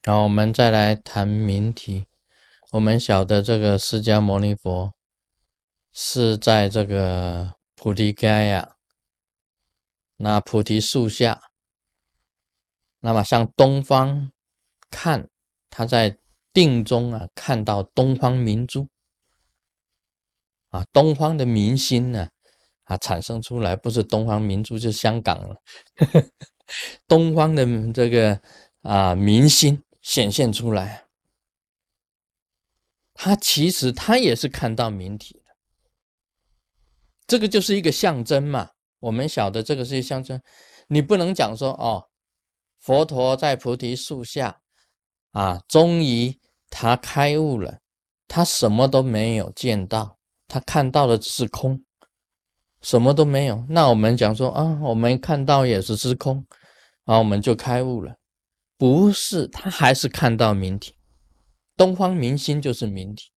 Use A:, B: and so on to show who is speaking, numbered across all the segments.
A: 好，我们再来谈明题。我们晓得这个释迦牟尼佛是在这个菩提伽呀，那菩提树下，那么向东方看，他在定中啊看到东方明珠啊，东方的明星呢产生出来，不是东方明珠就是香港了，东方的这个明星显现出来，他其实他也是看到明体的，这个就是一个象征嘛。我们晓得这个是一个象征，你不能讲说哦，佛陀在菩提树下终于他开悟了，他什么都没有见到，他看到的只是空，什么都没有。那我们讲说我们看到也只是空，我们就开悟了。不是，他还是看到明体，东方明星就是明体，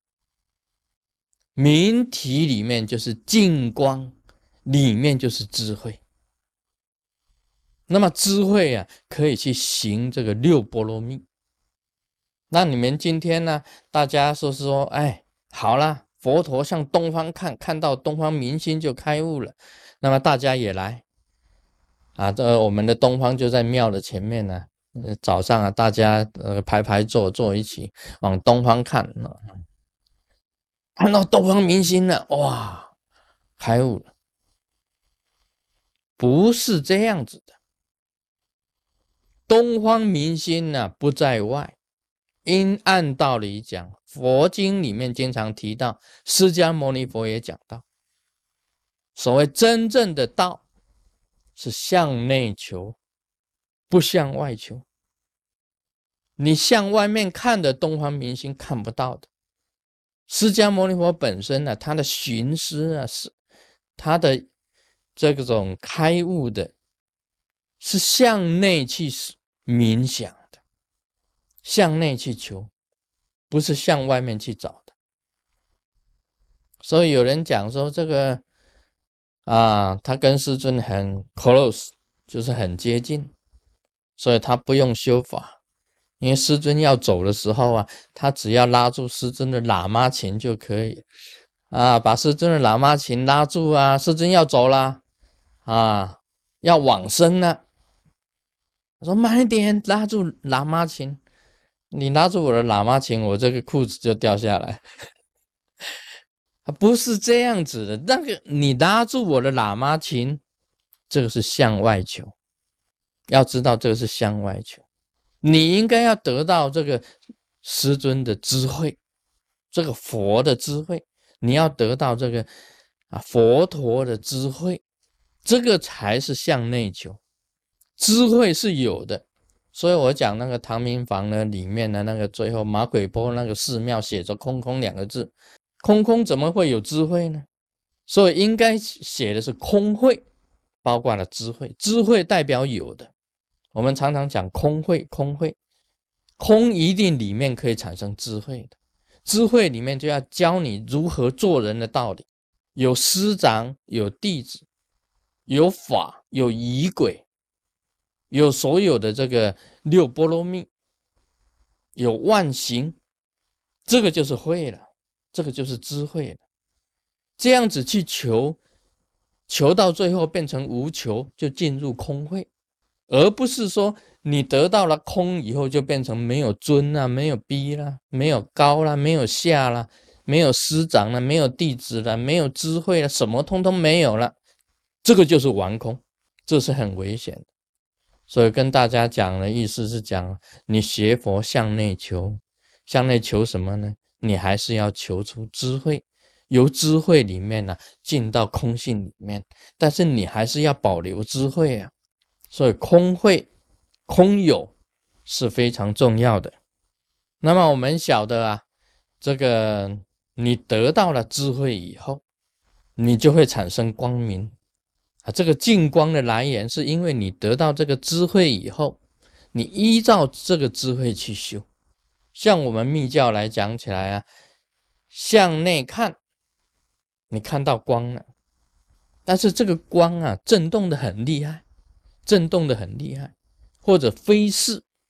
A: 明体里面就是净光，里面就是智慧。那么智慧可以去行这个六波罗蜜。那你们今天呢，大家说，哎，好啦，佛陀向东方看，看到东方明星就开悟了，那么大家也来我们的东方就在庙的前面呢。早上大家排坐一起往东方看，看到东方明星了，哇，开悟了。不是这样子的，东方明星不在外。因按道理讲，佛经里面经常提到，释迦牟尼佛也讲到，所谓真正的道是向内求，不向外求。你向外面看的东方明星看不到的。释迦牟尼佛本身他的寻思是他的这种开悟的，是向内去冥想的，向内去求，不是向外面去找的。所以有人讲说这个他跟师尊很 close， 就是很接近，所以他不用修法。因为师尊要走的时候他只要拉住师尊的喇嘛琴就可以把师尊的喇嘛琴拉住师尊要走了要往生了。我说慢一点，拉住喇嘛琴，你拉住我的喇嘛琴，我这个裤子就掉下来。不是这样子的，那个你拉住我的喇嘛琴，这个是向外求，要知道这个是向外求。你应该要得到这个师尊的智慧，这个佛的智慧，你要得到这个佛陀的智慧，这个才是向内求。智慧是有的，所以我讲那个唐明房呢里面的那个最后马嵬坡那个寺庙写着空空两个字，空空怎么会有智慧呢？所以应该写的是空慧，包括了智慧，智慧代表有的。我们常常讲空慧，空一定里面可以产生智慧的，智慧里面就要教你如何做人的道理，有师长，有弟子，有法，有仪轨，有所有的这个六波罗蜜，有万行，这个就是慧了，这个就是智慧了。这样子去求，求到最后变成无求，就进入空慧。而不是说你得到了空以后就变成没有尊啦，没有逼啦，没有高啦，没有下啦，没有师长啦，没有弟子啦，没有智慧啦，什么通通没有了，这个就是完空，这是很危险的。所以跟大家讲的意思是讲，你学佛向内求，向内求什么呢？你还是要求出智慧，由智慧里面进到空性里面，但是你还是要保留智慧所以空慧、空有是非常重要的。那么我们晓得这个你得到了智慧以后，你就会产生光明这个净光的来源是因为你得到这个智慧以后，你依照这个智慧去修。像我们密教来讲起来向内看，你看到光了，但是这个光震动的很厉害，震动的很厉害，或者飞逝，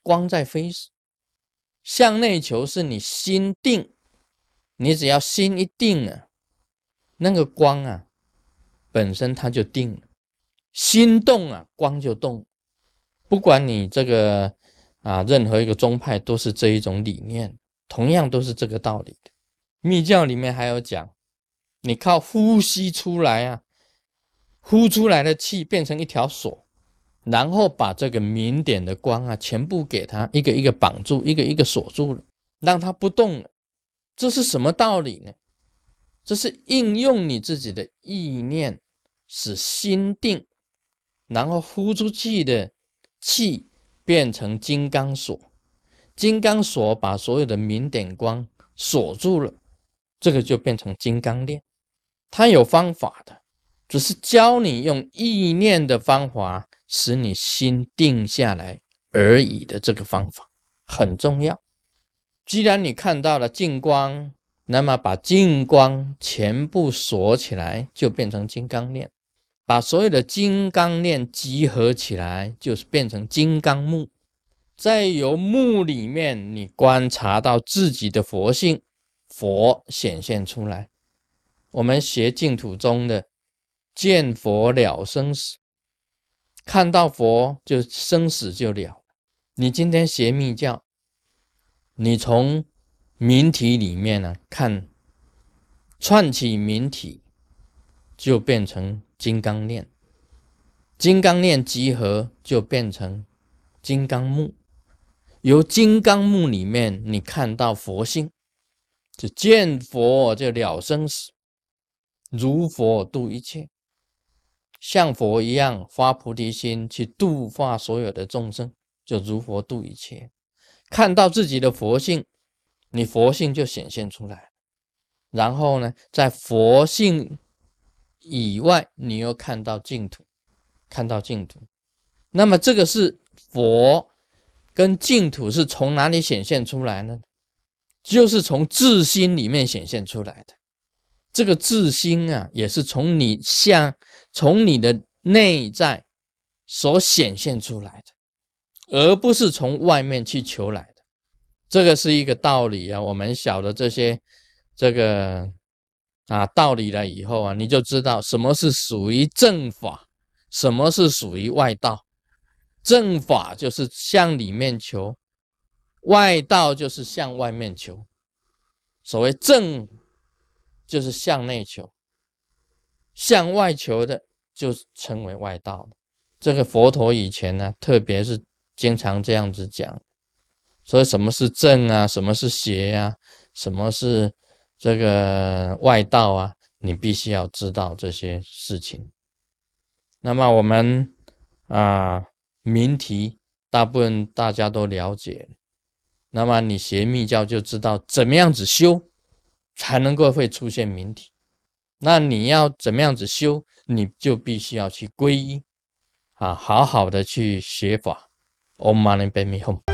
A: 光在飞逝。向内求是你心定，你只要心一定了，那个光啊本身它就定了，心动啊光就动。不管你这个任何一个宗派都是这一种理念，同样都是这个道理的。密教里面还有讲，你靠呼吸出来啊，呼出来的气变成一条锁，然后把这个明点的光啊全部给它一个一个绑住，一个一个锁住了，让它不动了。这是什么道理呢？这是应用你自己的意念，使心定，然后呼出去的气变成金刚锁，金刚锁把所有的明点光锁住了，这个就变成金刚链。它有方法的，只是教你用意念的方法使你心定下来而已的，这个方法很重要。既然你看到了净光，那么把净光全部锁起来，就变成金刚链。把所有的金刚链集合起来，就是变成金刚木。再由木里面你观察到自己的佛性，佛显现出来。我们学净土中的见佛了生死，看到佛就生死就了。你今天学密教，你从明体里面呢看，串起明体就变成金刚链，金刚链集合就变成金刚木。由金刚木里面你看到佛性，就见佛就了生死，如佛度一切，像佛一样发菩提心去度化所有的众生，就如佛度一切。看到自己的佛性，你佛性就显现出来。然后呢，在佛性以外，你又看到净土，看到净土。那么这个是佛跟净土是从哪里显现出来呢？就是从自心里面显现出来的。这个自心啊，也是从你的内在所显现出来的，而不是从外面去求来的。这个是一个道理啊，我们晓得这个道理了以后啊，你就知道什么是属于正法，什么是属于外道。正法就是向里面求，外道就是向外面求。所谓正就是向内求，向外求的就称为外道。这个佛陀以前呢，特别是经常这样子讲。所以什么是正啊，什么是邪啊，什么是这个外道啊，你必须要知道这些事情。那么我们明题大部分大家都了解，那么你学密教就知道怎么样子修才能够会出现明题。那你要怎么样子修，你就必须要去皈依好好的去学法。Om Mani Padme Hum。